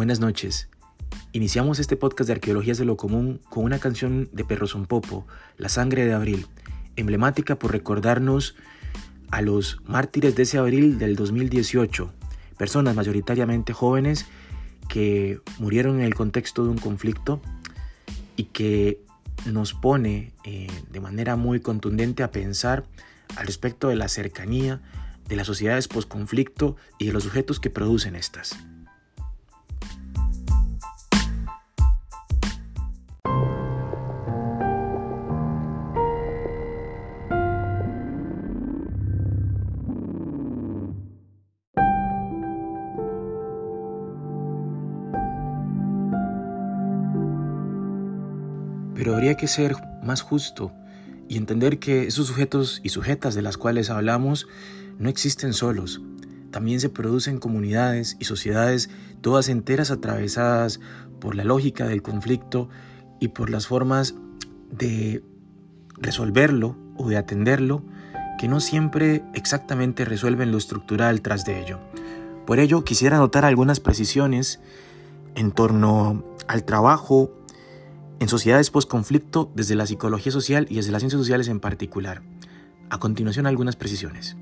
Buenas noches. Iniciamos este podcast de Arqueologías de lo Común con una canción de Perro Son Popo, La Sangre de Abril, emblemática por recordarnos a los mártires de ese abril del 2018, personas mayoritariamente jóvenes que murieron en el contexto de un conflicto y que nos pone de manera muy contundente a pensar al respecto de la cercanía de las sociedades posconflicto y de los sujetos que producen estas. Pero habría que ser más justo y entender que esos sujetos y sujetas de las cuales hablamos no existen solos. También se producen comunidades y sociedades todas enteras atravesadas por la lógica del conflicto y por las formas de resolverlo o de atenderlo que no siempre exactamente resuelven lo estructural tras de ello. Por ello quisiera anotar algunas precisiones en torno al trabajo en sociedades postconflicto desde la psicología social y desde las ciencias sociales en particular. A continuación, algunas precisiones.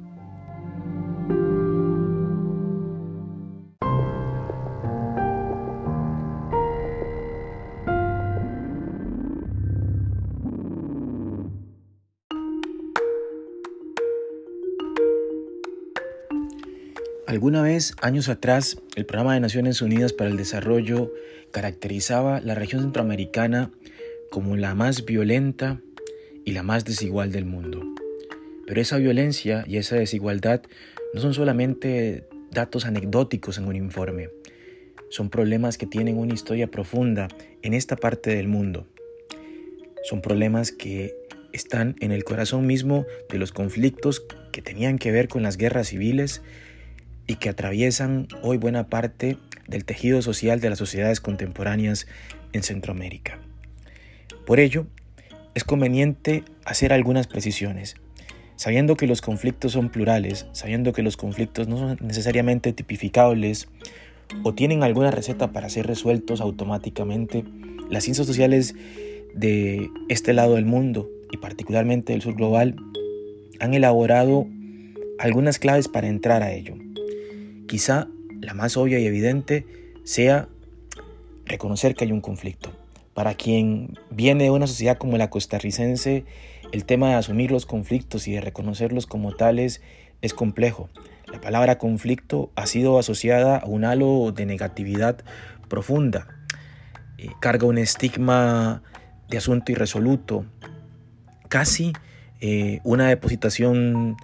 Alguna vez, años atrás, el Programa de Naciones Unidas para el Desarrollo caracterizaba la región centroamericana como la más violenta y la más desigual del mundo. Pero esa violencia y esa desigualdad no son solamente datos anecdóticos en un informe, son problemas que tienen una historia profunda en esta parte del mundo. Son problemas que están en el corazón mismo de los conflictos que tenían que ver con las guerras civiles y que atraviesan hoy buena parte del tejido social de las sociedades contemporáneas en Centroamérica. Por ello, es conveniente hacer algunas precisiones, sabiendo que los conflictos son plurales, sabiendo que los conflictos no son necesariamente tipificables o tienen alguna receta para ser resueltos automáticamente. Las ciencias sociales de este lado del mundo, y particularmente del sur global, han elaborado algunas claves para entrar a ello. Quizá la más obvia y evidente sea reconocer que hay un conflicto. Para quien viene de una sociedad como la costarricense, el tema de asumir los conflictos y de reconocerlos como tales es complejo. La palabra conflicto ha sido asociada a un halo de negatividad profunda. Carga un estigma de asunto irresoluto, casi una depositación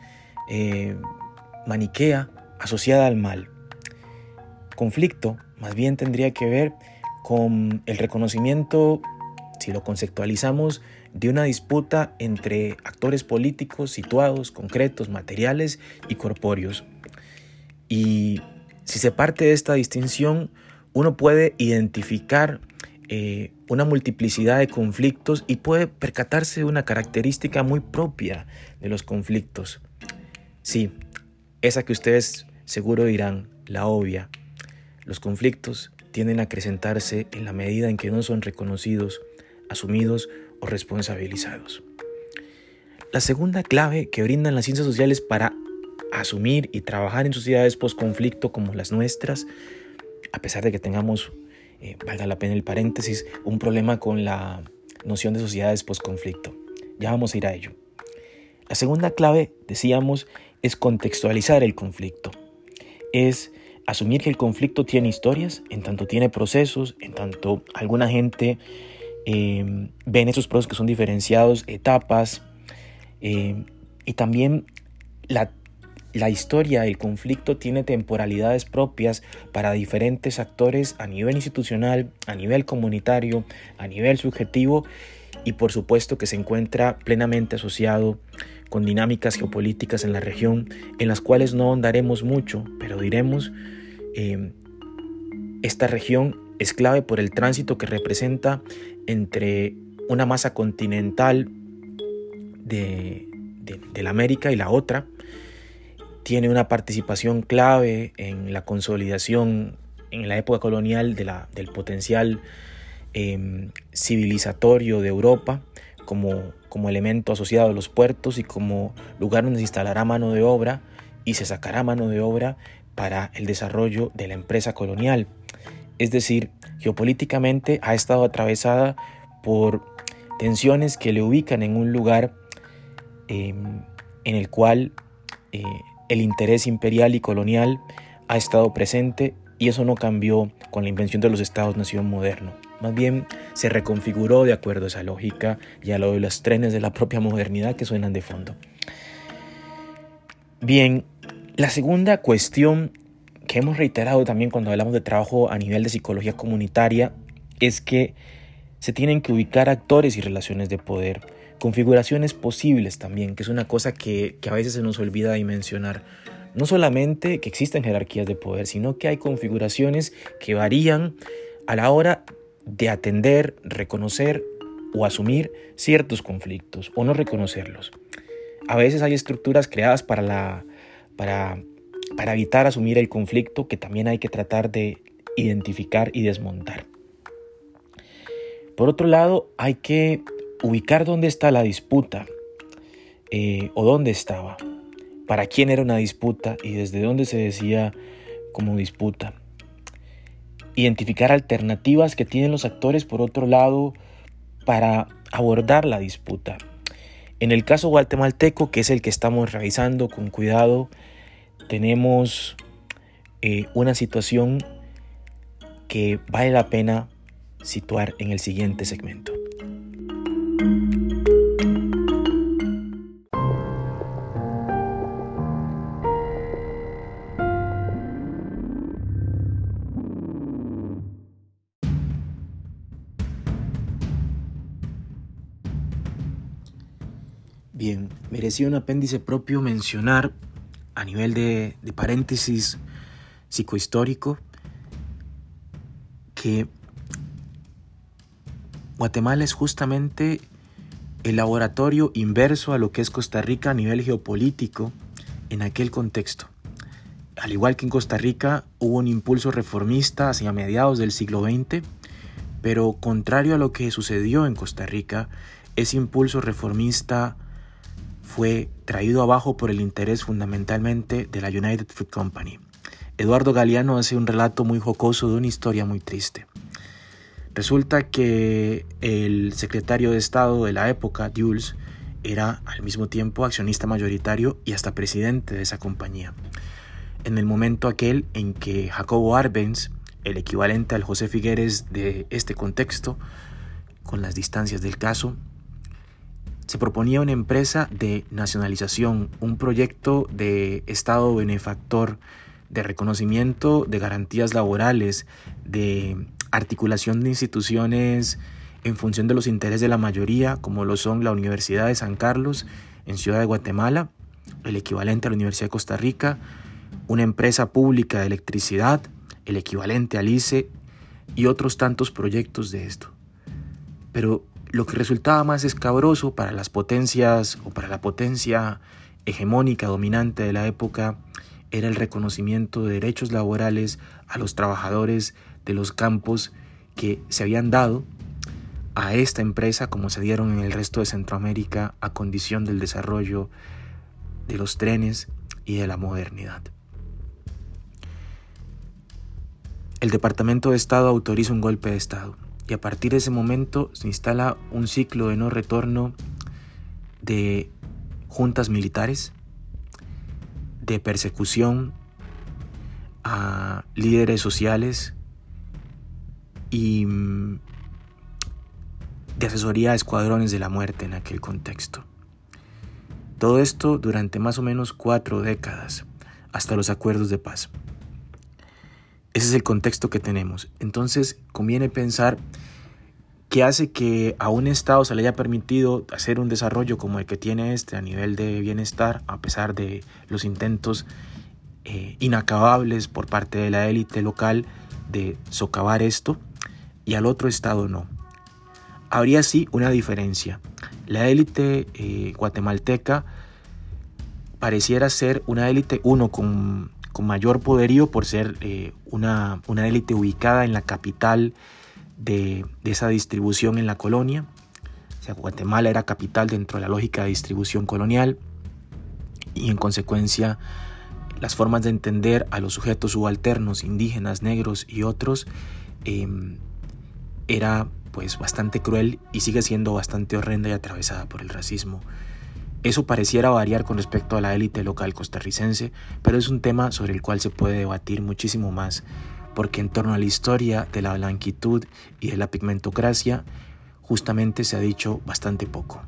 maniquea asociada al mal. Conflicto más bien tendría que ver con el reconocimiento, si lo conceptualizamos, de una disputa entre actores políticos situados, concretos, materiales y corpóreos. Y si se parte de esta distinción, uno puede identificar una multiplicidad de conflictos y puede percatarse de una característica muy propia de los conflictos. Sí, esa que ustedes seguro dirán, la obvia. Los conflictos tienden a acrecentarse en la medida en que no son reconocidos, asumidos o responsabilizados. La segunda clave que brindan las ciencias sociales para asumir y trabajar en sociedades postconflicto como las nuestras, a pesar de que tengamos, valga la pena el paréntesis, un problema con la noción de sociedades postconflicto. Ya vamos a ir a ello. La segunda clave, decíamos, es contextualizar el conflicto. Es asumir que el conflicto tiene historias, en tanto tiene procesos, en tanto alguna gente ve en esos procesos que son diferenciados, etapas, y también la historia del conflicto tiene temporalidades propias para diferentes actores a nivel institucional, a nivel comunitario, a nivel subjetivo, y por supuesto que se encuentra plenamente asociado con dinámicas geopolíticas en la región, en las cuales no ahondaremos mucho, pero diremos, esta región es clave por el tránsito que representa entre una masa continental de la América y la otra. Tiene una participación clave en la consolidación en la época colonial del potencial civilizatorio de Europa como elemento asociado a los puertos y como lugar donde se instalará mano de obra y se sacará mano de obra para el desarrollo de la empresa colonial. Es decir, geopolíticamente ha estado atravesada por tensiones que le ubican en un lugar en el cual el interés imperial y colonial ha estado presente, y eso no cambió con la invención de los estados-nación modernos. Más bien se reconfiguró de acuerdo a esa lógica y a lo de los trenes de la propia modernidad que suenan de fondo. Bien, la segunda cuestión que hemos reiterado también cuando hablamos de trabajo a nivel de psicología comunitaria es que se tienen que ubicar actores y relaciones de poder, configuraciones posibles también, que es una cosa que a veces se nos olvida dimensionar. No solamente que existen jerarquías de poder, sino que hay configuraciones que varían a la hora de atender, reconocer o asumir ciertos conflictos o no reconocerlos. A veces hay estructuras creadas para evitar asumir el conflicto que también hay que tratar de identificar y desmontar. Por otro lado, hay que ubicar dónde está la disputa o dónde estaba, para quién era una disputa y desde dónde se decía como disputa. Identificar alternativas que tienen los actores, por otro lado, para abordar la disputa. En el caso guatemalteco, que es el que estamos revisando con cuidado, tenemos una situación que vale la pena situar en el siguiente segmento. Bien, merecía un apéndice propio mencionar a nivel de paréntesis psicohistórico que Guatemala es justamente el laboratorio inverso a lo que es Costa Rica a nivel geopolítico en aquel contexto. Al igual que en Costa Rica hubo un impulso reformista hacia mediados del siglo XX, pero contrario a lo que sucedió en Costa Rica, ese impulso reformista fue traído abajo por el interés fundamentalmente de la United Fruit Company. Eduardo Galeano hace un relato muy jocoso de una historia muy triste. Resulta que el secretario de Estado de la época, Dulles, era al mismo tiempo accionista mayoritario y hasta presidente de esa compañía. En el momento aquel en que Jacobo Arbenz, el equivalente al José Figueres de este contexto, con las distancias del caso, se proponía una empresa de nacionalización, un proyecto de Estado benefactor, de reconocimiento de garantías laborales, de articulación de instituciones en función de los intereses de la mayoría, como lo son la Universidad de San Carlos en Ciudad de Guatemala, el equivalente a la Universidad de Costa Rica, una empresa pública de electricidad, el equivalente al ICE y otros tantos proyectos de esto. Pero lo que resultaba más escabroso para las potencias o para la potencia hegemónica dominante de la época era el reconocimiento de derechos laborales a los trabajadores de los campos que se habían dado a esta empresa como se dieron en el resto de Centroamérica a condición del desarrollo de los trenes y de la modernidad. El Departamento de Estado autoriza un golpe de Estado. Y a partir de ese momento se instala un ciclo de no retorno de juntas militares, de persecución a líderes sociales y de asesoría a escuadrones de la muerte en aquel contexto. Todo esto durante más o menos 4 décadas, hasta los acuerdos de paz. Ese es el contexto que tenemos. Entonces conviene pensar qué hace que a un Estado se le haya permitido hacer un desarrollo como el que tiene a nivel de bienestar, a pesar de los intentos inacabables por parte de la élite local de socavar esto, y al otro Estado no. Habría sí una diferencia. La élite guatemalteca pareciera ser una élite, con con mayor poderío por ser una élite ubicada en la capital de esa distribución en la colonia. O sea, Guatemala era capital dentro de la lógica de distribución colonial, y en consecuencia las formas de entender a los sujetos subalternos, indígenas, negros y otros, era pues bastante cruel y sigue siendo bastante horrenda y atravesada por el racismo. Eso pareciera variar con respecto a la élite local costarricense, pero es un tema sobre el cual se puede debatir muchísimo más, porque en torno a la historia de la blanquitud y de la pigmentocracia justamente se ha dicho bastante poco.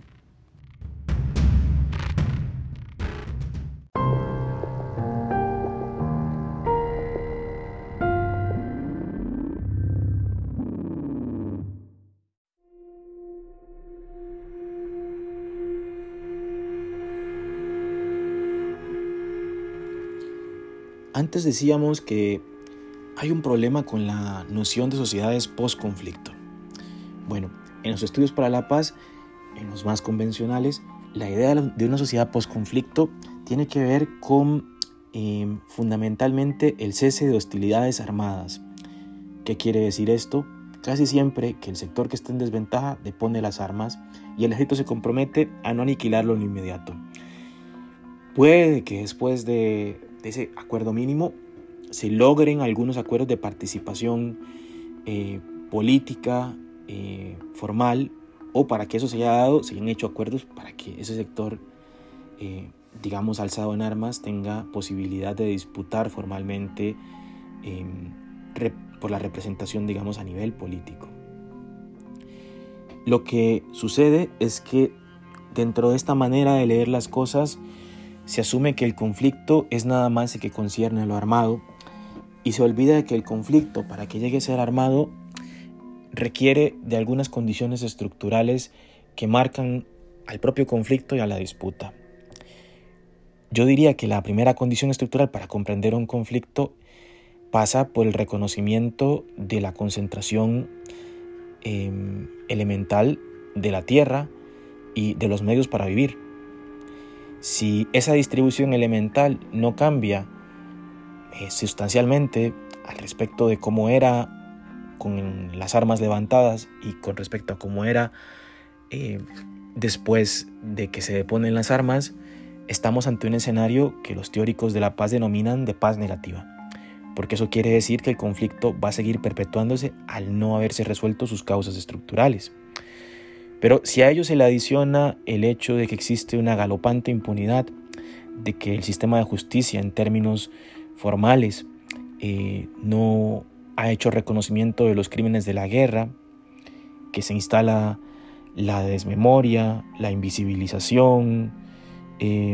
Antes decíamos que hay un problema con la noción de sociedades post-conflicto. Bueno, en los estudios para la paz, en los más convencionales, la idea de una sociedad post-conflicto tiene que ver con fundamentalmente el cese de hostilidades armadas. ¿Qué quiere decir esto? Casi siempre que el sector que está en desventaja depone las armas y el ejército se compromete a no aniquilarlo en lo inmediato. Puede que después de ese acuerdo mínimo se logren algunos acuerdos de participación política formal, o para que eso se haya dado, se hayan hecho acuerdos para que ese sector, digamos, alzado en armas, tenga posibilidad de disputar formalmente por la representación, digamos, a nivel político. Lo que sucede es que dentro de esta manera de leer las cosas, se asume que el conflicto es nada más el que concierne a lo armado, y se olvida de que el conflicto, para que llegue a ser armado, requiere de algunas condiciones estructurales que marcan al propio conflicto y a la disputa. Yo diría que la primera condición estructural para comprender un conflicto pasa por el reconocimiento de la concentración elemental de la tierra y de los medios para vivir. Si esa distribución elemental no cambia sustancialmente al respecto de cómo era con las armas levantadas y con respecto a cómo era después de que se deponen las armas, estamos ante un escenario que los teóricos de la paz denominan de paz negativa, porque eso quiere decir que el conflicto va a seguir perpetuándose al no haberse resuelto sus causas estructurales. Pero si a ello se le adiciona el hecho de que existe una galopante impunidad, de que el sistema de justicia en términos formales no ha hecho reconocimiento de los crímenes de la guerra, que se instala la desmemoria, la invisibilización y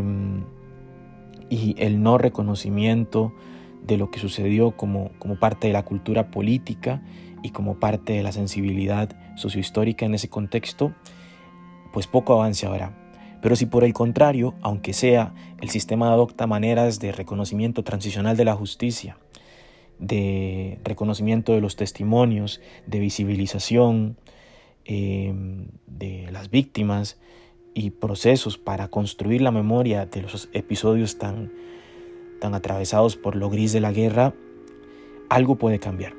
el no reconocimiento de lo que sucedió como parte de la cultura política y como parte de la sensibilidad sociohistórica en ese contexto, pues poco avance habrá. Pero si por el contrario, aunque sea, el sistema adopta maneras de reconocimiento transicional de la justicia, de reconocimiento de los testimonios, de visibilización de las víctimas y procesos para construir la memoria de los episodios tan atravesados por lo gris de la guerra, algo puede cambiar.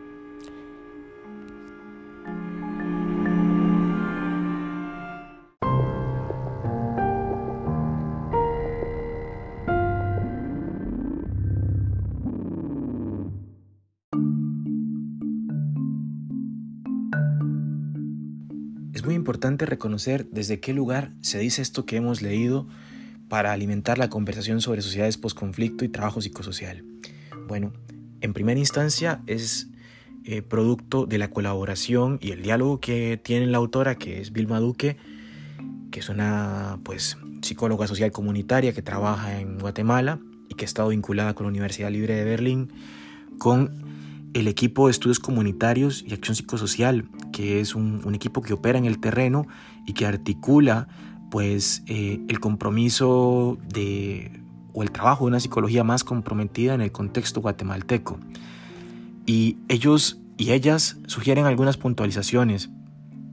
Es muy importante reconocer desde qué lugar se dice esto que hemos leído para alimentar la conversación sobre sociedades posconflicto y trabajo psicosocial. Bueno, en primera instancia es producto de la colaboración y el diálogo que tiene la autora, que es Vilma Duque, que es una psicóloga social comunitaria que trabaja en Guatemala y que ha estado vinculada con la Universidad Libre de Berlín, con el equipo de estudios comunitarios y acción psicosocial, que es un equipo que opera en el terreno y que articula el compromiso o el trabajo de una psicología más comprometida en el contexto guatemalteco. Y ellos y ellas sugieren algunas puntualizaciones.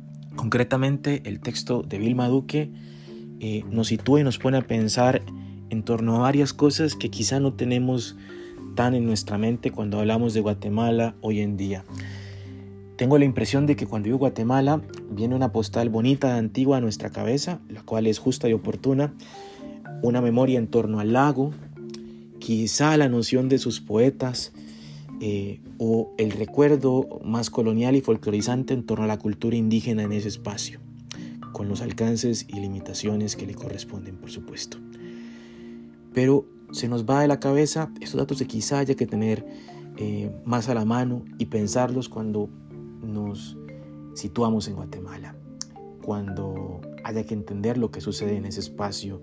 Concretamente, el texto de Vilma Duque nos sitúa y nos pone a pensar en torno a varias cosas que quizá no tenemos tan en nuestra mente cuando hablamos de Guatemala hoy en día. Tengo la impresión de que cuando digo Guatemala viene una postal bonita, antigua a nuestra cabeza, la cual es justa y oportuna, una memoria en torno al lago, quizá la noción de sus poetas, o el recuerdo más colonial y folclorizante en torno a la cultura indígena en ese espacio, con los alcances y limitaciones que le corresponden, por supuesto. Pero se nos va de la cabeza estos datos que quizá haya que tener más a la mano y pensarlos cuando nos situamos en Guatemala, cuando haya que entender lo que sucede en ese espacio.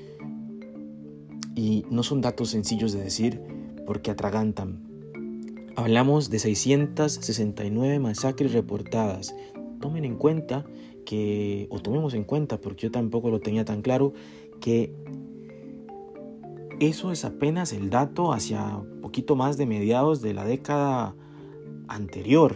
Y no son datos sencillos de decir porque atragantan. Hablamos de 669 masacres reportadas. Tomemos en cuenta, porque yo tampoco lo tenía tan claro, que eso es apenas el dato hacia poquito más de mediados de la década anterior,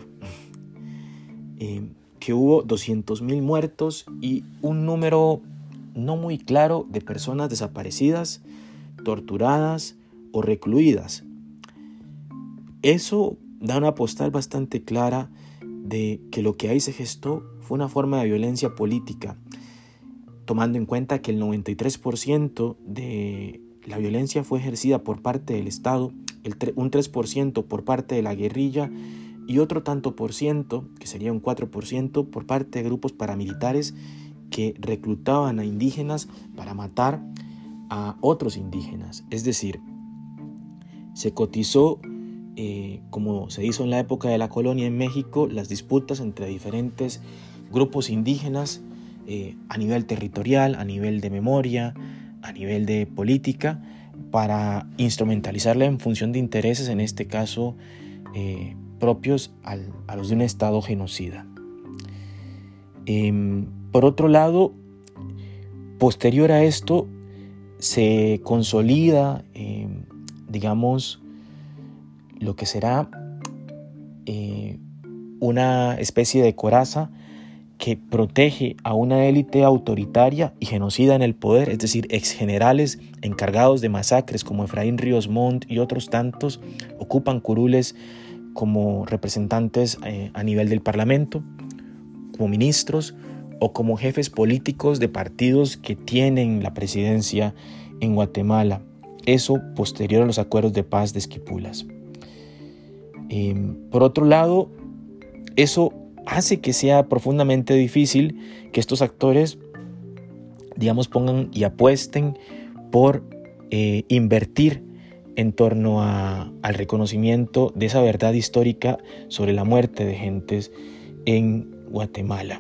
que hubo 200,000 muertos y un número no muy claro de personas desaparecidas, torturadas o recluidas. Eso da una postal bastante clara de que lo que ahí se gestó fue una forma de violencia política, tomando en cuenta que el 93% de la violencia fue ejercida por parte del Estado, un 3% por parte de la guerrilla y otro tanto por ciento, que sería un 4%, por parte de grupos paramilitares que reclutaban a indígenas para matar a otros indígenas. Es decir, se cotizó, como se hizo en la época de la colonia en México, las disputas entre diferentes grupos indígenas a nivel territorial, a nivel de memoria, a nivel de política, para instrumentalizarla en función de intereses, en este caso propios a los de un Estado genocida. Por otro lado, posterior a esto, se consolida, lo que será una especie de coraza que protege a una élite autoritaria y genocida en el poder, es decir, exgenerales encargados de masacres como Efraín Ríos Montt y otros tantos ocupan curules como representantes a nivel del Parlamento, como ministros o como jefes políticos de partidos que tienen la presidencia en Guatemala. Eso posterior a los acuerdos de paz de Esquipulas. Por otro lado, eso hace que sea profundamente difícil que estos actores, pongan y apuesten por invertir en torno al reconocimiento de esa verdad histórica sobre la muerte de gentes en Guatemala.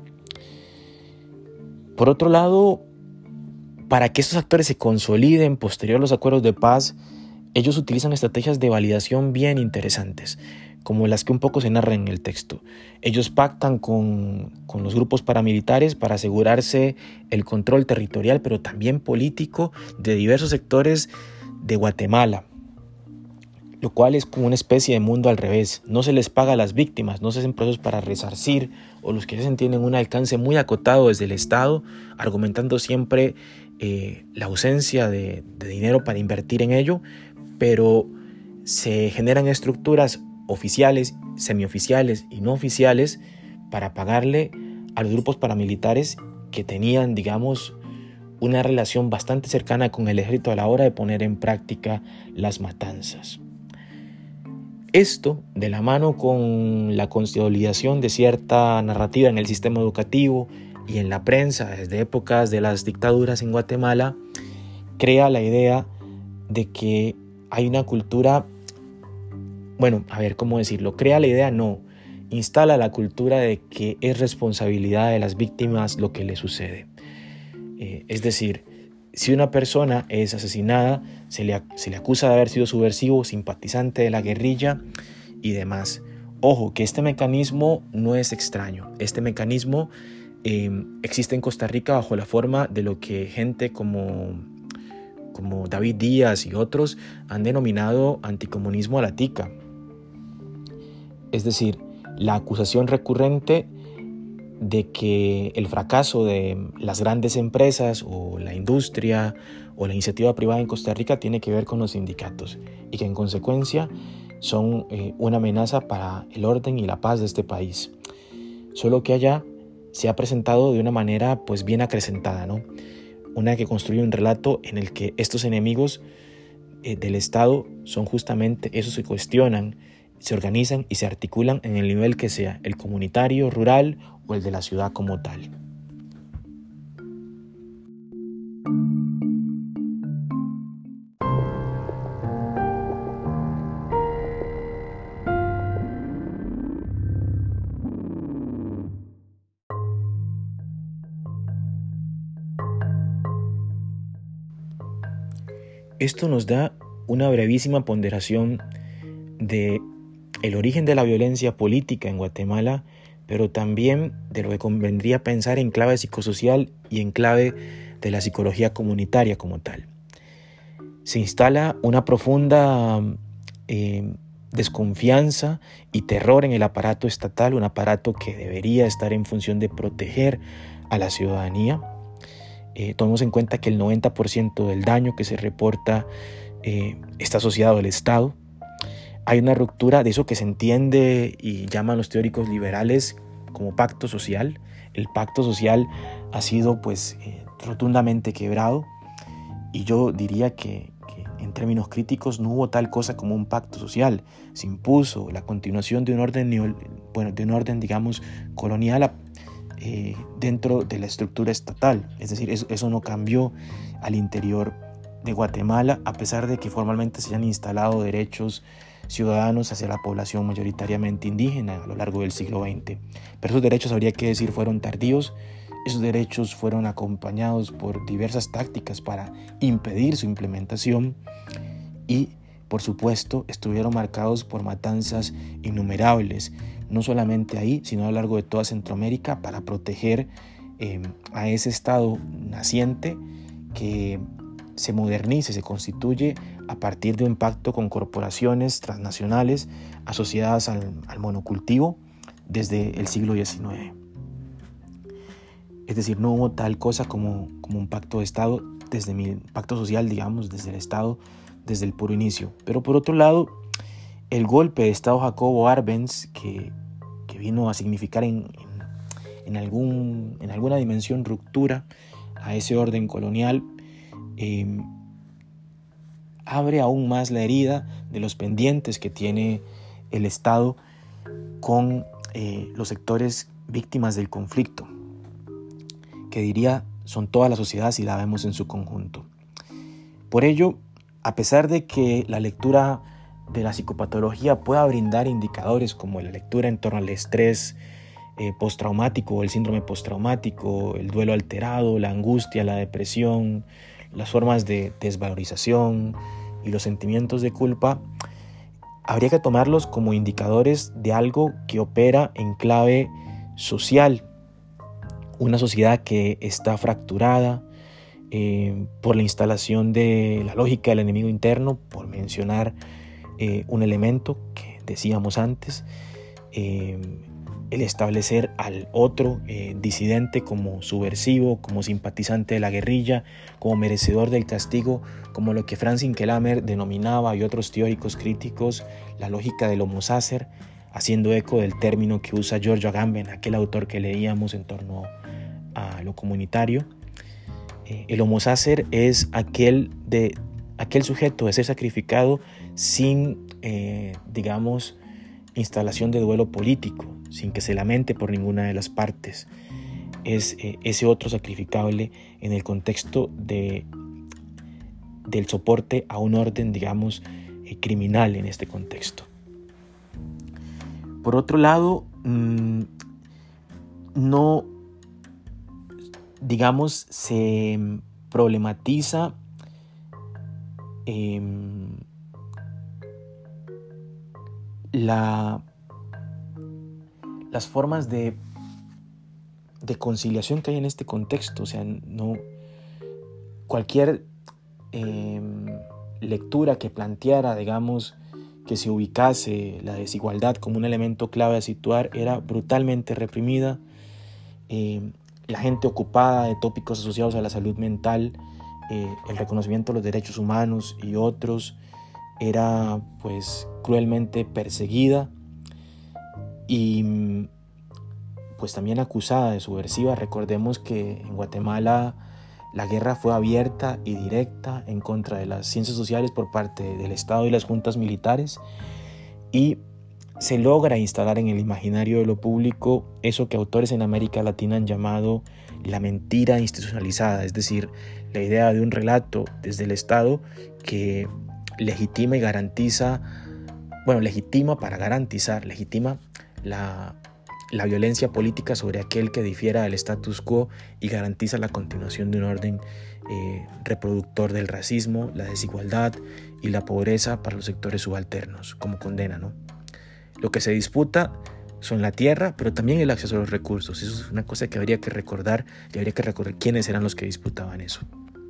Por otro lado, para que estos actores se consoliden posterior a los acuerdos de paz, ellos utilizan estrategias de validación bien interesantes, como las que un poco se narran en el texto. Ellos pactan con los grupos paramilitares para asegurarse el control territorial, pero también político, de diversos sectores de Guatemala, lo cual es como una especie de mundo al revés. No se les paga a las víctimas, no se hacen procesos para resarcir, o los que hacen tienen un alcance muy acotado desde el Estado, argumentando siempre la ausencia de dinero para invertir en ello, pero se generan estructuras oficiales, semioficiales y no oficiales para pagarle a los grupos paramilitares que tenían, una relación bastante cercana con el ejército a la hora de poner en práctica las matanzas. Esto, de la mano con la consolidación de cierta narrativa en el sistema educativo y en la prensa desde épocas de las dictaduras en Guatemala, crea la idea de que hay una cultura, instala la cultura de que es responsabilidad de las víctimas lo que le sucede. Es decir, si una persona es asesinada, se le acusa de haber sido subversivo, simpatizante de la guerrilla y demás. Ojo, que este mecanismo no es extraño. Este mecanismo existe en Costa Rica bajo la forma de lo que gente como David Díaz y otros han denominado anticomunismo a la tica. Es decir, la acusación recurrente de que el fracaso de las grandes empresas o la industria o la iniciativa privada en Costa Rica tiene que ver con los sindicatos y que en consecuencia son una amenaza para el orden y la paz de este país. Solo que allá se ha presentado de una manera pues bien acrecentada, ¿no? Una que construye un relato en el que estos enemigos del Estado son justamente esos que cuestionan, se organizan y se articulan en el nivel que sea, el comunitario, rural o el de la ciudad como tal. Esto nos da una brevísima ponderación de el origen de la violencia política en Guatemala, pero también de lo que convendría pensar en clave psicosocial y en clave de la psicología comunitaria como tal. Se instala una profunda desconfianza y terror en el aparato estatal, un aparato que debería estar en función de proteger a la ciudadanía. Tomemos en cuenta que el 90% del daño que se reporta está asociado al Estado. Hay una ruptura de eso que se entiende y llaman los teóricos liberales como pacto social. El pacto social ha sido rotundamente quebrado, y yo diría que en términos críticos no hubo tal cosa como un pacto social. Se impuso la continuación de un orden, digamos, colonial dentro de la estructura estatal. Es decir, eso no cambió al interior de Guatemala, a pesar de que formalmente se hayan instalado derechos ciudadanos hacia la población mayoritariamente indígena a lo largo del siglo XX. Pero esos derechos, habría que decir, fueron tardíos. Esos derechos fueron acompañados por diversas tácticas para impedir su implementación y, por supuesto, estuvieron marcados por matanzas innumerables, no solamente ahí, sino a lo largo de toda Centroamérica, para proteger a ese Estado naciente que se modernice, se constituye a partir de un pacto con corporaciones transnacionales asociadas al monocultivo desde el siglo XIX. Es decir, no hubo tal cosa como un pacto de Estado, pacto social, digamos, desde el Estado, desde el puro inicio. Pero por otro lado, el golpe de Estado Jacobo Arbenz, que vino a significar en alguna dimensión ruptura a ese orden colonial, abre aún más la herida de los pendientes que tiene el Estado con los sectores víctimas del conflicto, que diría son toda la sociedad si la vemos en su conjunto. Por ello, a pesar de que la lectura de la psicopatología pueda brindar indicadores como la lectura en torno al estrés postraumático, el síndrome postraumático, el duelo alterado, la angustia, la depresión, las formas de desvalorización y los sentimientos de culpa, habría que tomarlos como indicadores de algo que opera en clave social. Una sociedad que está fracturada por la instalación de la lógica del enemigo interno, por mencionar un elemento que decíamos antes, el establecer al otro disidente como subversivo, como simpatizante de la guerrilla, como merecedor del castigo, como lo que Franz Inkelhammer denominaba y otros teóricos críticos la lógica del homo sacer, haciendo eco del término que usa Giorgio Agamben, aquel autor que leíamos en torno a lo comunitario. El homo sacer es aquel sujeto de ser sacrificado sin, digamos, instalación de duelo político, sin que se lamente por ninguna de las partes. Es ese otro sacrificable en el contexto del soporte a un orden, digamos, criminal en este contexto. Por otro lado, no, digamos, se problematiza las formas de conciliación que hay en este contexto. O sea, no cualquier lectura que planteara, digamos, que se ubicase la desigualdad como un elemento clave a situar era brutalmente reprimida. La gente ocupada de tópicos asociados a la salud mental el reconocimiento de los derechos humanos y otros, era pues cruelmente perseguida y pues también acusada de subversiva. Recordemos que en Guatemala la guerra fue abierta y directa en contra de las ciencias sociales por parte del Estado y las juntas militares, y se logra instalar en el imaginario de lo público eso que autores en América Latina han llamado la mentira institucionalizada, es decir, la idea de un relato desde el Estado que legitima y garantiza, legitima la violencia política sobre aquel que difiera del status quo y garantiza la continuación de un orden reproductor del racismo, la desigualdad y la pobreza para los sectores subalternos, como condena, ¿no? Lo que se disputa son la tierra, pero también el acceso a los recursos. Eso es una cosa que habría que recordar, y habría que recordar quiénes eran los que disputaban eso.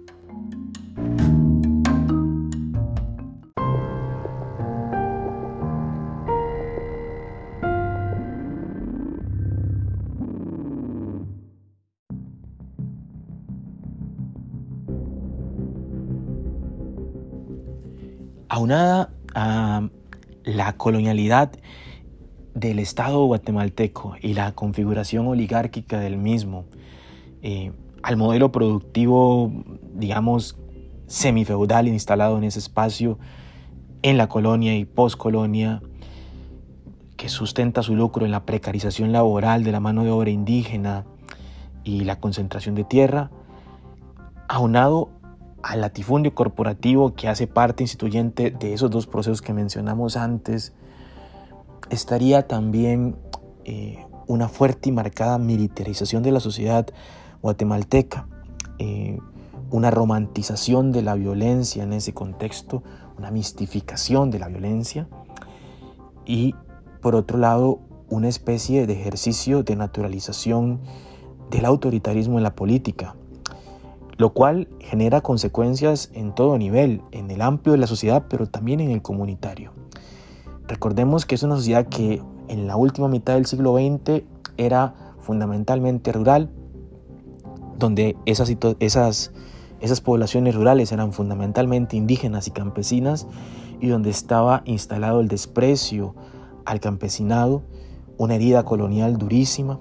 Aunada a la colonialidad del Estado guatemalteco y la configuración oligárquica del mismo, al modelo productivo, digamos, semifeudal instalado en ese espacio, en la colonia y poscolonia, que sustenta su lucro en la precarización laboral de la mano de obra indígena y la concentración de tierra, aunado al latifundio corporativo que hace parte instituyente de esos dos procesos que mencionamos antes, estaría también una fuerte y marcada militarización de la sociedad guatemalteca, una romantización de la violencia en ese contexto, una mistificación de la violencia, y por otro lado una especie de ejercicio de naturalización del autoritarismo en la política, lo cual genera consecuencias en todo nivel, en el amplio de la sociedad, pero también en el comunitario. Recordemos que es una sociedad que en la última mitad del siglo XX era fundamentalmente rural, donde esas poblaciones rurales eran fundamentalmente indígenas y campesinas, y donde estaba instalado el desprecio al campesinado, una herida colonial durísima.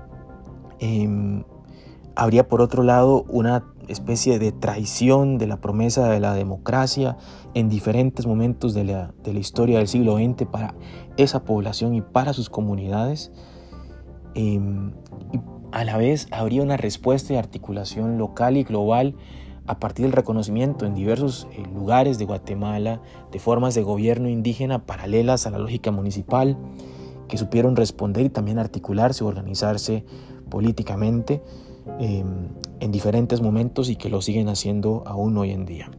Habría por otro lado una especie de traición de la promesa de la democracia en diferentes momentos de la historia del siglo XX para esa población y para sus comunidades. Y a la vez habría una respuesta de articulación local y global a partir del reconocimiento en diversos lugares de Guatemala de formas de gobierno indígena paralelas a la lógica municipal, que supieron responder y también articularse o organizarse políticamente en diferentes momentos y que lo siguen haciendo aún hoy en día.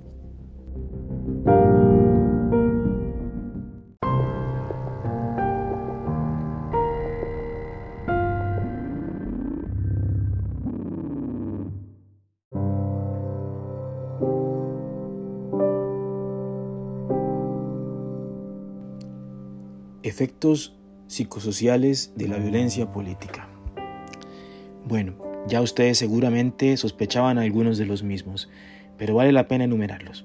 Efectos psicosociales de la violencia política. Bueno, ya ustedes seguramente sospechaban algunos de los mismos, pero vale la pena enumerarlos.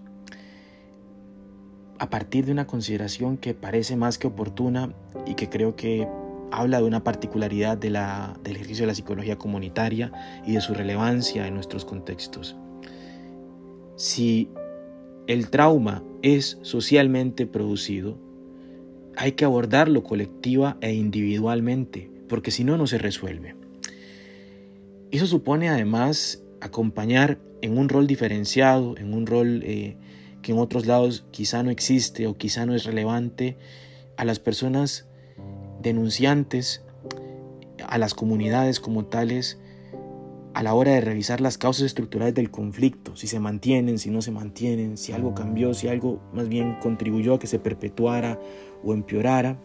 A partir de una consideración que parece más que oportuna y que creo que habla de una particularidad del ejercicio de la psicología comunitaria y de su relevancia en nuestros contextos. Si el trauma es socialmente producido, hay que abordarlo colectiva e individualmente, porque si no, no se resuelve. Eso supone además acompañar en un rol diferenciado, en un rol que en otros lados quizá no existe o quizá no es relevante, a las personas denunciantes, a las comunidades como tales, a la hora de revisar las causas estructurales del conflicto, si se mantienen, si no se mantienen, si algo cambió, si algo más bien contribuyó a que se perpetuara o empeorara,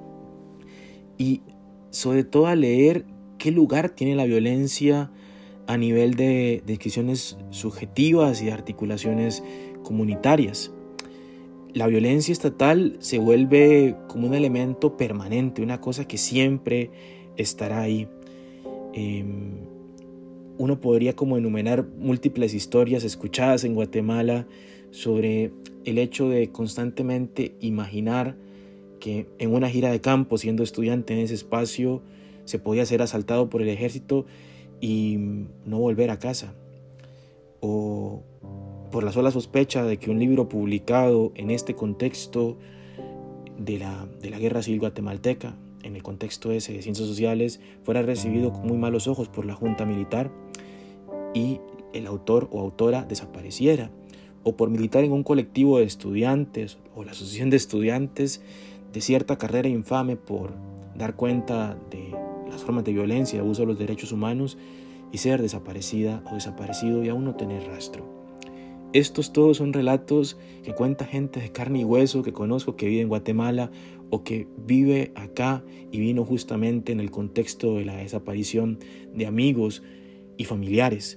y sobre todo a leer qué lugar tiene la violencia a nivel de descripciones subjetivas y de articulaciones comunitarias. La violencia estatal se vuelve como un elemento permanente, una cosa que siempre estará ahí. uno podría como enumerar múltiples historias escuchadas en Guatemala sobre el hecho de constantemente imaginar que en una gira de campo, siendo estudiante en ese espacio, se podía ser asaltado por el ejército y no volver a casa. O por la sola sospecha de que un libro publicado en este contexto de la guerra civil guatemalteca, en el contexto ese de ciencias sociales, fuera recibido con muy malos ojos por la junta militar y el autor o autora desapareciera, o por militar en un colectivo de estudiantes o la asociación de estudiantes de cierta carrera infame por dar cuenta de las formas de violencia y abuso de los derechos humanos y ser desaparecida o desaparecido y aún no tener rastro. Estos todos son relatos que cuenta gente de carne y hueso que conozco, que vive en Guatemala o que vive acá y vino justamente en el contexto de la desaparición de amigos y familiares.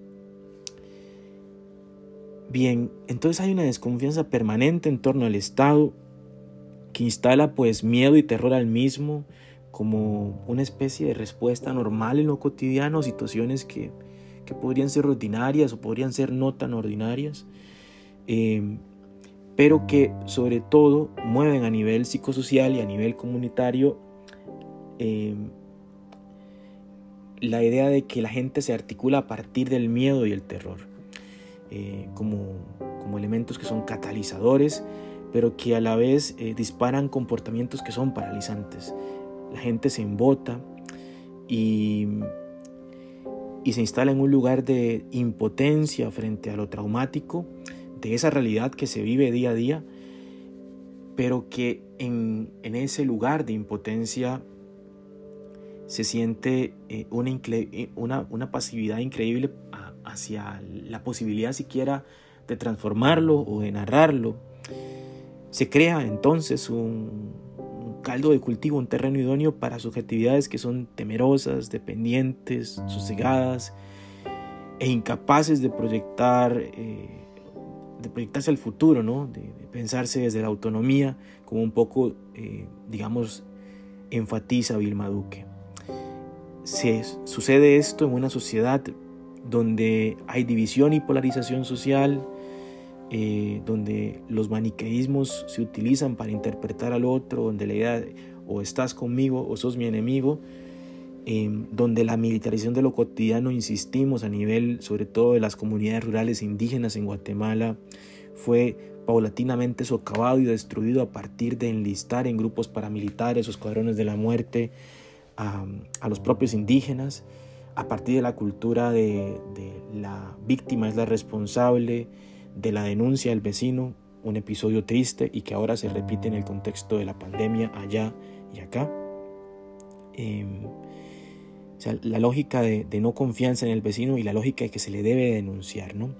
Bien, entonces hay una desconfianza permanente en torno al Estado que instala pues miedo y terror al mismo como una especie de respuesta normal en lo cotidiano a situaciones que podrían ser ordinarias o podrían ser no tan ordinarias, pero que sobre todo mueven a nivel psicosocial y a nivel comunitario la idea de que la gente se articula a partir del miedo y el terror, como elementos que son catalizadores, pero que a la vez disparan comportamientos que son paralizantes. La gente se embota y se instala en un lugar de impotencia frente a lo traumático de esa realidad que se vive día a día, pero que en ese lugar de impotencia se siente una pasividad increíble hacia la posibilidad siquiera de transformarlo o de narrarlo. Se crea entonces un caldo de cultivo, un terreno idóneo para subjetividades que son temerosas, dependientes, sosegadas e incapaces de proyectarse al futuro, ¿no? de pensarse desde la autonomía, como un poco, enfatiza Vilma Duque. Sucede esto en una sociedad donde hay división y polarización social, donde los maniqueísmos se utilizan para interpretar al otro, donde la idea de o estás conmigo o sos mi enemigo, donde la militarización de lo cotidiano, insistimos, a nivel sobre todo de las comunidades rurales indígenas en Guatemala, fue paulatinamente socavado y destruido a partir de enlistar en grupos paramilitares o escuadrones de la muerte a los propios indígenas, a partir de la cultura de la víctima es la responsable, de la denuncia del vecino, un episodio triste y que ahora se repite en el contexto de la pandemia allá y acá. La lógica de no confianza en el vecino y la lógica de que se le debe denunciar, ¿no?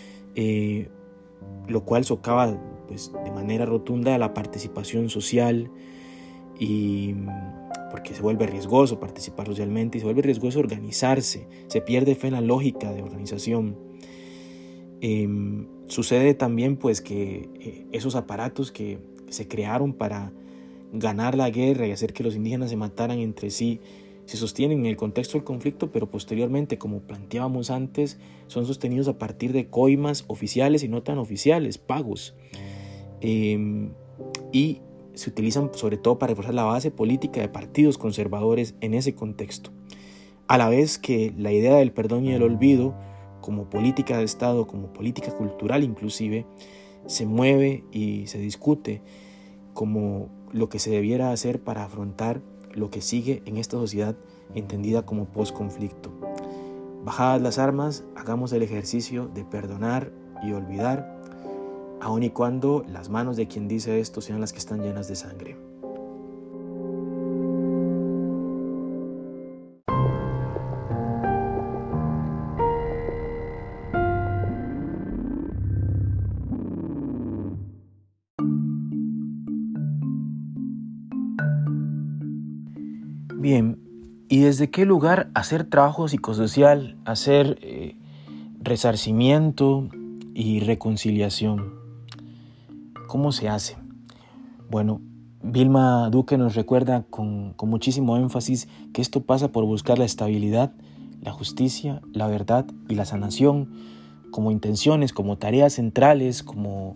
Lo cual socava pues, de manera rotunda la participación social, y porque se vuelve riesgoso participar socialmente y se vuelve riesgoso organizarse, se pierde fe en la lógica de organización. Sucede también pues que esos aparatos que se crearon para ganar la guerra y hacer que los indígenas se mataran entre sí se sostienen en el contexto del conflicto, pero posteriormente, como planteábamos antes, son sostenidos a partir de coimas oficiales y no tan oficiales, pagos, y se utilizan sobre todo para reforzar la base política de partidos conservadores en ese contexto, a la vez que la idea del perdón y el olvido como política de Estado, como política cultural inclusive, se mueve y se discute como lo que se debiera hacer para afrontar lo que sigue en esta sociedad entendida como post-conflicto. Bajadas las armas, hagamos el ejercicio de perdonar y olvidar, aun y cuando las manos de quien dice esto sean las que están llenas de sangre. Bien, ¿y desde qué lugar hacer trabajo psicosocial, hacer resarcimiento y reconciliación? ¿Cómo se hace? Bueno, Vilma Duque nos recuerda con muchísimo énfasis que esto pasa por buscar la estabilidad, la justicia, la verdad y la sanación como intenciones, como tareas centrales, como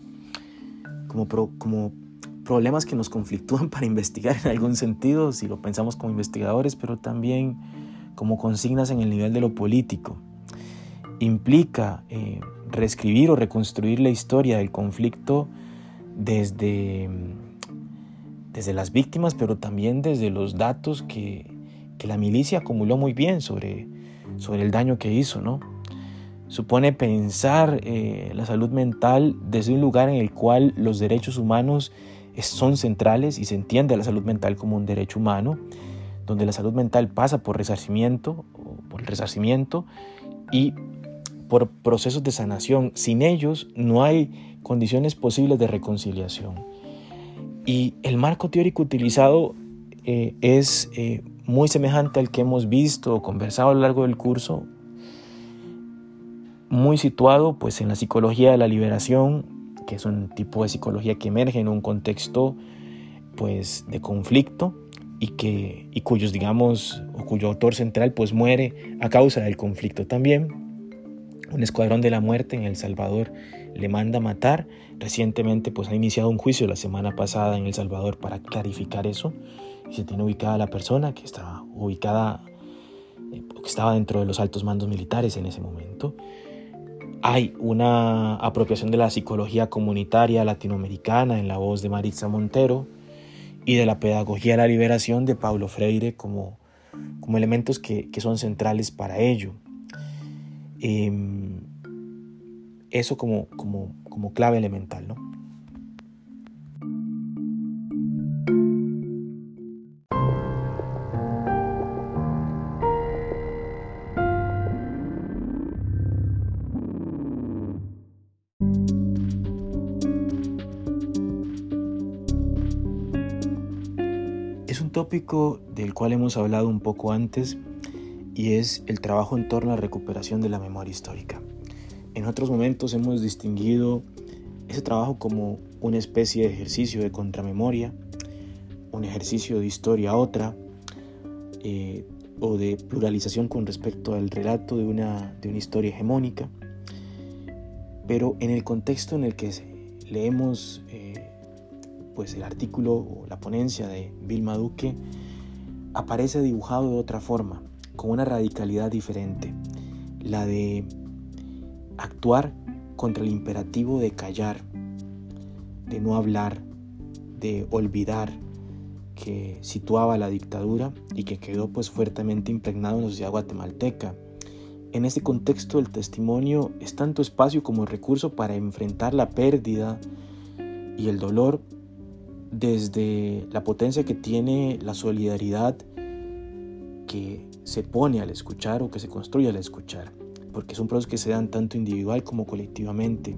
problemas que nos conflictúan para investigar en algún sentido, si lo pensamos como investigadores, pero también como consignas en el nivel de lo político. Implica reescribir o reconstruir la historia del conflicto desde las víctimas, pero también desde los datos que la milicia acumuló muy bien sobre el daño que hizo, ¿no? Supone pensar la salud mental desde un lugar en el cual los derechos humanos son centrales y se entiende a la salud mental como un derecho humano, donde la salud mental pasa por resarcimiento y por procesos de sanación. Sin ellos no hay condiciones posibles de reconciliación. Y el marco teórico utilizado es muy semejante al que hemos visto o conversado a lo largo del curso, muy situado pues en la psicología de la liberación, que es un tipo de psicología que emerge en un contexto pues de conflicto y cuyo autor central pues muere a causa del conflicto también. Un escuadrón de la muerte en El Salvador le manda matar. Recientemente pues ha iniciado un juicio la semana pasada en El Salvador para clarificar eso, y se tiene ubicada la persona que estaba dentro de los altos mandos militares en ese momento. Hay una apropiación de la psicología comunitaria latinoamericana en la voz de Maritza Montero y de la pedagogía de la liberación de Paulo Freire como elementos que son centrales para ello. Eso como clave elemental, ¿no? Es un tópico del cual hemos hablado un poco antes y es el trabajo en torno a la recuperación de la memoria histórica. En otros momentos hemos distinguido ese trabajo como una especie de ejercicio de contramemoria, un ejercicio de historia a otra, o de pluralización con respecto al relato de una historia hegemónica. Pero en el contexto en el que leemos pues el artículo o la ponencia de Vilma Duque, aparece dibujado de otra forma, con una radicalidad diferente, la de actuar contra el imperativo de callar, de no hablar, de olvidar, que situaba la dictadura y que quedó pues fuertemente impregnado en la sociedad guatemalteca. En este contexto, el testimonio es tanto espacio como recurso para enfrentar la pérdida y el dolor desde la potencia que tiene la solidaridad que se pone al escuchar o que se construye al escuchar, porque son procesos que se dan tanto individual como colectivamente.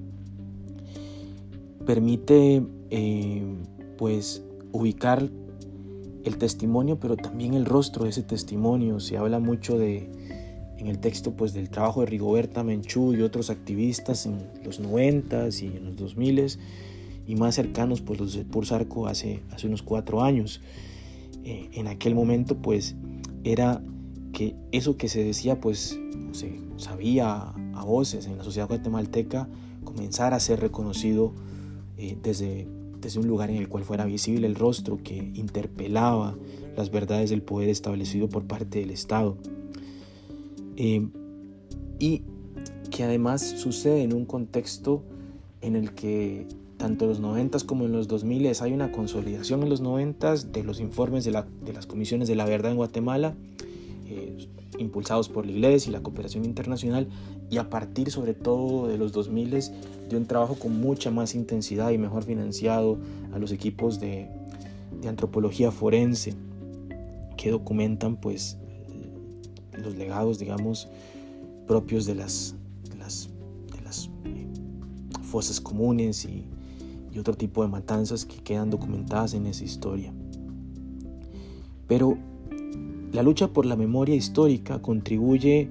Permite pues ubicar el testimonio, pero también el rostro de ese testimonio. Se habla mucho en el texto pues del trabajo de Rigoberta Menchú y otros activistas en los 90s y en los 2000s, y más cercanos pues los de Pursarco hace unos 4 años. En aquel momento pues era que eso que se decía pues se sabía a voces en la sociedad guatemalteca comenzara a ser reconocido desde un lugar en el cual fuera visible el rostro que interpelaba las verdades del poder establecido por parte del Estado, y que además sucede en un contexto en el que tanto en los 90s como en los 2000s hay una consolidación en los 90s de los informes de las comisiones de la verdad en Guatemala, impulsados por la Iglesia y la cooperación internacional, y a partir sobre todo de los 2000s de un trabajo con mucha más intensidad y mejor financiado a los equipos de antropología forense que documentan pues los legados, digamos, propios de las fosas comunes y otro tipo de matanzas que quedan documentadas en esa historia. Pero la lucha por la memoria histórica contribuye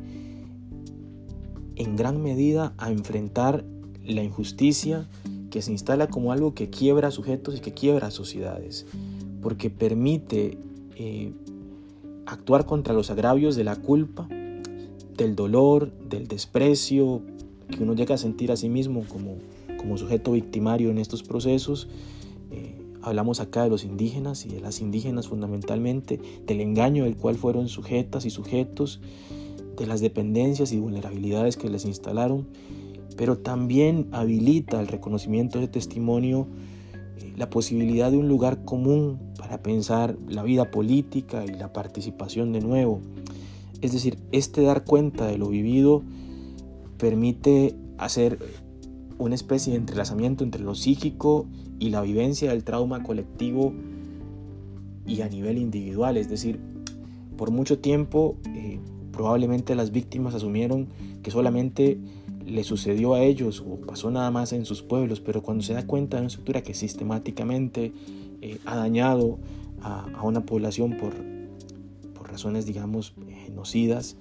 en gran medida a enfrentar la injusticia que se instala como algo que quiebra sujetos y que quiebra sociedades, porque permite actuar contra los agravios de la culpa del dolor, del desprecio que uno llega a sentir a sí mismo como sujeto victimario en estos procesos. Hablamos acá de los indígenas y de las indígenas fundamentalmente, del engaño del cual fueron sujetas y sujetos, de las dependencias y vulnerabilidades que les instalaron, pero también habilita el reconocimiento de testimonio la posibilidad de un lugar común para pensar la vida política y la participación de nuevo. Es decir, dar cuenta de lo vivido permite hacer una especie de entrelazamiento entre lo psíquico y la vivencia del trauma colectivo y a nivel individual. Es decir, por mucho tiempo probablemente las víctimas asumieron que solamente le sucedió a ellos o pasó nada más en sus pueblos, pero cuando se da cuenta de una estructura que sistemáticamente ha dañado a una población por razones, digamos, genocidas,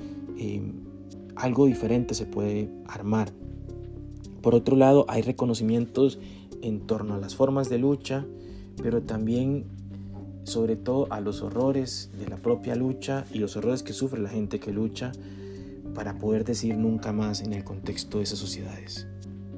algo diferente se puede armar. Por otro lado, hay reconocimientos en torno a las formas de lucha, pero también, sobre todo, a los horrores de la propia lucha y los horrores que sufre la gente que lucha, para poder decir nunca más en el contexto de esas sociedades.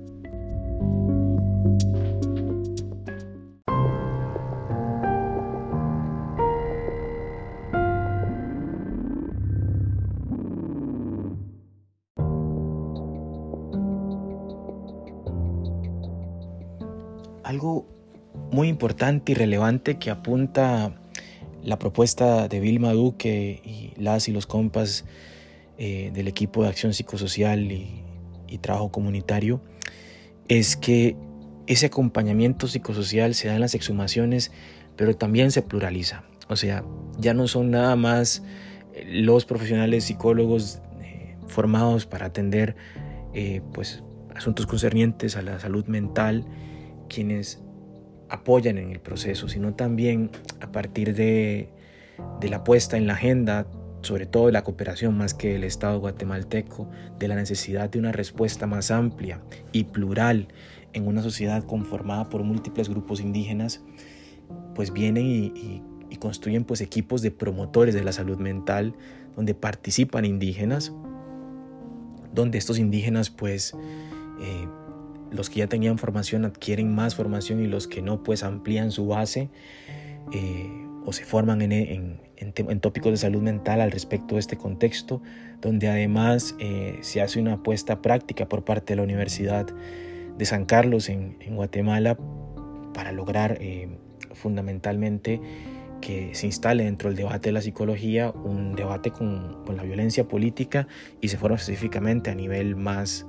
Algo muy importante y relevante que apunta la propuesta de Vilma Duque y las y los compas del equipo de acción psicosocial y trabajo comunitario es que ese acompañamiento psicosocial se da en las exhumaciones, pero también se pluraliza. O sea, ya no son nada más los profesionales psicólogos formados para atender pues asuntos concernientes a la salud mental quienes apoyan en el proceso, sino también a partir de la puesta en la agenda, sobre todo de la cooperación más que del Estado guatemalteco, de la necesidad de una respuesta más amplia y plural en una sociedad conformada por múltiples grupos indígenas, pues vienen y construyen pues equipos de promotores de la salud mental donde participan indígenas, donde estos indígenas pues los que ya tenían formación adquieren más formación y los que no pues amplían su base o se forman en tópicos de salud mental al respecto de este contexto, donde además se hace una apuesta práctica por parte de la Universidad de San Carlos en Guatemala para lograr fundamentalmente que se instale dentro del debate de la psicología un debate con la violencia política y se forma específicamente a nivel más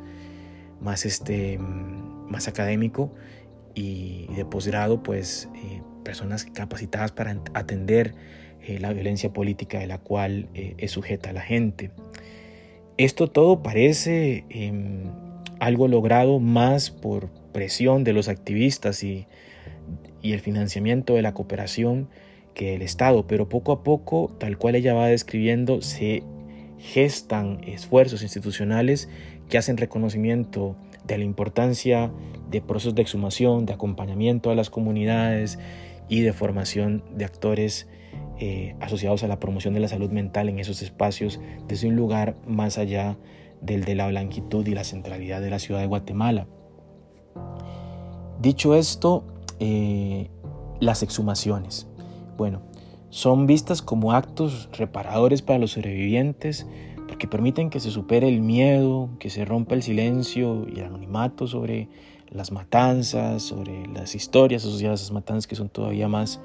académico y de posgrado, pues personas capacitadas para atender la violencia política de la cual es sujeta la gente. Esto todo parece algo logrado más por presión de los activistas y el financiamiento de la cooperación que el Estado, pero poco a poco, tal cual ella va describiendo, se gestan esfuerzos institucionales que hacen reconocimiento de la importancia de procesos de exhumación, de acompañamiento a las comunidades y de formación de actores asociados a la promoción de la salud mental en esos espacios desde un lugar más allá del de la blanquitud y la centralidad de la ciudad de Guatemala. Dicho esto, las exhumaciones, bueno, son vistas como actos reparadores para los sobrevivientes porque permiten que se supere el miedo, que se rompa el silencio y el anonimato sobre las matanzas, sobre las historias asociadas a esas matanzas que son todavía más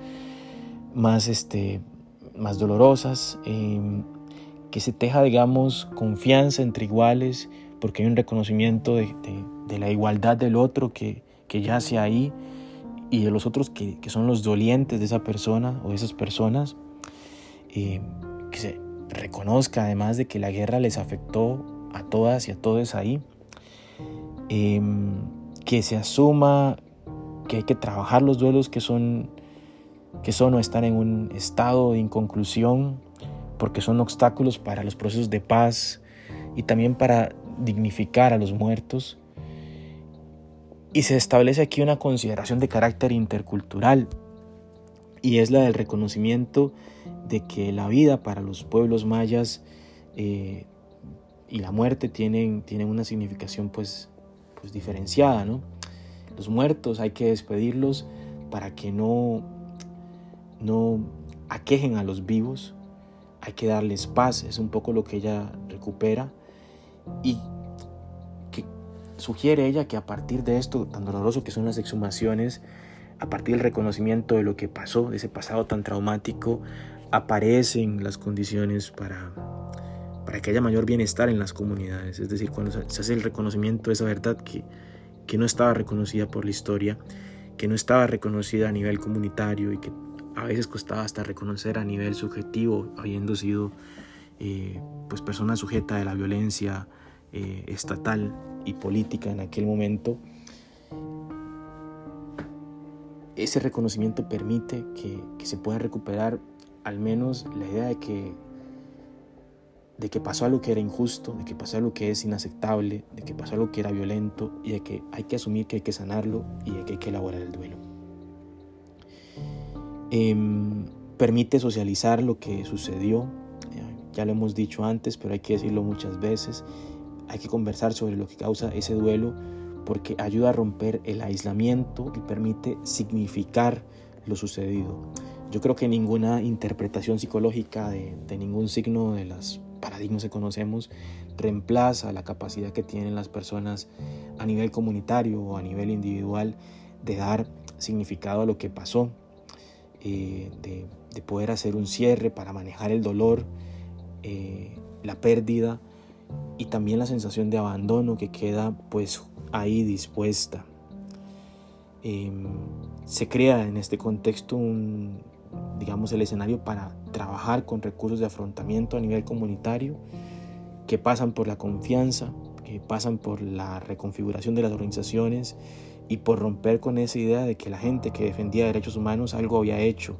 dolorosas, que se teja, digamos, confianza entre iguales, porque hay un reconocimiento de la igualdad del otro que yace ahí y de los otros que son los dolientes de esa persona o de esas personas, que se reconozca además de que la guerra les afectó a todas y a todos ahí, que se asuma que hay que trabajar los duelos que son o están en un estado de inconclusión porque son obstáculos para los procesos de paz y también para dignificar a los muertos. Y se establece aquí una consideración de carácter intercultural y es la del reconocimiento de que la vida para los pueblos mayas y la muerte tienen una significación pues diferenciada, ¿no? Los muertos hay que despedirlos para que no aquejen a los vivos, hay que darles paz, es un poco lo que ella recupera y que sugiere ella que a partir de esto tan doloroso que son las exhumaciones, a partir del reconocimiento de lo que pasó, de ese pasado tan traumático, aparecen las condiciones para que haya mayor bienestar en las comunidades. Es decir, cuando se hace el reconocimiento de esa verdad que no estaba reconocida por la historia, que no estaba reconocida a nivel comunitario y que a veces costaba hasta reconocer a nivel subjetivo, habiendo sido pues persona sujeta de la violencia estatal y política en aquel momento. Ese reconocimiento permite que se pueda recuperar al menos la idea de que pasó algo que era injusto, de que pasó algo que es inaceptable, de que pasó algo que era violento y de que hay que asumir que hay que sanarlo y de que hay que elaborar el duelo. Permite socializar lo que sucedió, ya lo hemos dicho antes, pero hay que decirlo muchas veces. Hay que conversar sobre lo que causa ese duelo porque ayuda a romper el aislamiento y permite significar lo sucedido. Yo creo que ninguna interpretación psicológica de ningún signo de los paradigmas que conocemos reemplaza la capacidad que tienen las personas a nivel comunitario o a nivel individual de dar significado a lo que pasó, de poder hacer un cierre para manejar el dolor, la pérdida y también la sensación de abandono que queda pues ahí dispuesta. Se crea en este contexto el escenario para trabajar con recursos de afrontamiento a nivel comunitario que pasan por la confianza, que pasan por la reconfiguración de las organizaciones y por romper con esa idea de que la gente que defendía derechos humanos algo había hecho.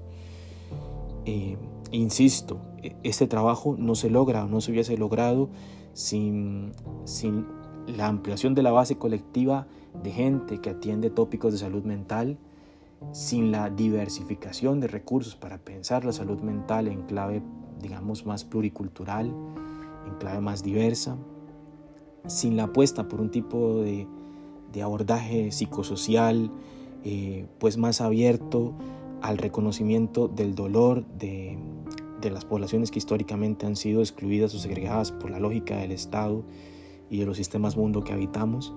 Insisto, este trabajo no se logra o no se hubiese logrado sin la ampliación de la base colectiva de gente que atiende tópicos de salud mental, sin la diversificación de recursos para pensar la salud mental en clave, más pluricultural, en clave más diversa, sin la apuesta por un tipo de abordaje psicosocial, pues más abierto al reconocimiento del dolor de las poblaciones que históricamente han sido excluidas o segregadas por la lógica del Estado y de los sistemas mundo que habitamos.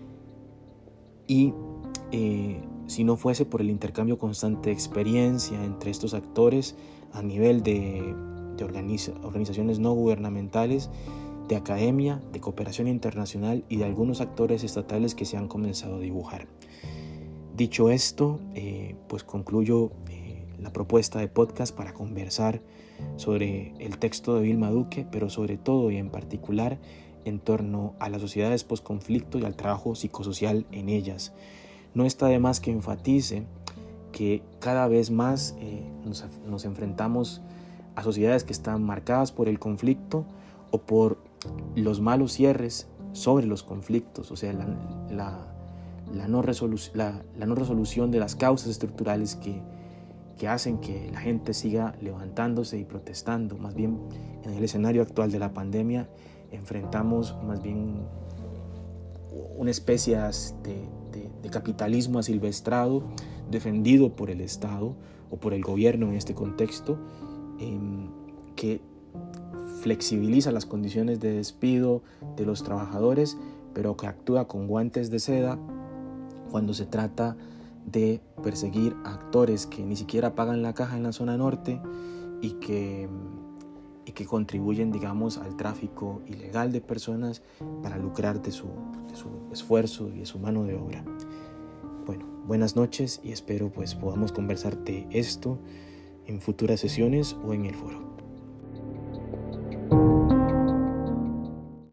Y si no fuese por el intercambio constante de experiencia entre estos actores a nivel de organizaciones no gubernamentales, de academia, de cooperación internacional y de algunos actores estatales que se han comenzado a dibujar. Dicho esto, pues concluyo la propuesta de podcast para conversar sobre el texto de Vilma Duque, pero sobre todo y en particular en torno a las sociedades postconflicto y al trabajo psicosocial en ellas. No está de más que enfatice que cada vez más nos enfrentamos a sociedades que están marcadas por el conflicto o por los malos cierres sobre los conflictos, o sea, la no resolución de las causas estructurales que hacen que la gente siga levantándose y protestando. Más bien, en el escenario actual de la pandemia, enfrentamos más bien una especie de capitalismo asilvestrado defendido por el Estado o por el gobierno en este contexto, que flexibiliza las condiciones de despido de los trabajadores, pero que actúa con guantes de seda cuando se trata de perseguir a actores que ni siquiera pagan la caja en la zona norte y que contribuyen, al tráfico ilegal de personas para lucrar de su esfuerzo y de su mano de obra. Bueno, buenas noches y espero pues podamos conversar de esto en futuras sesiones o en el foro.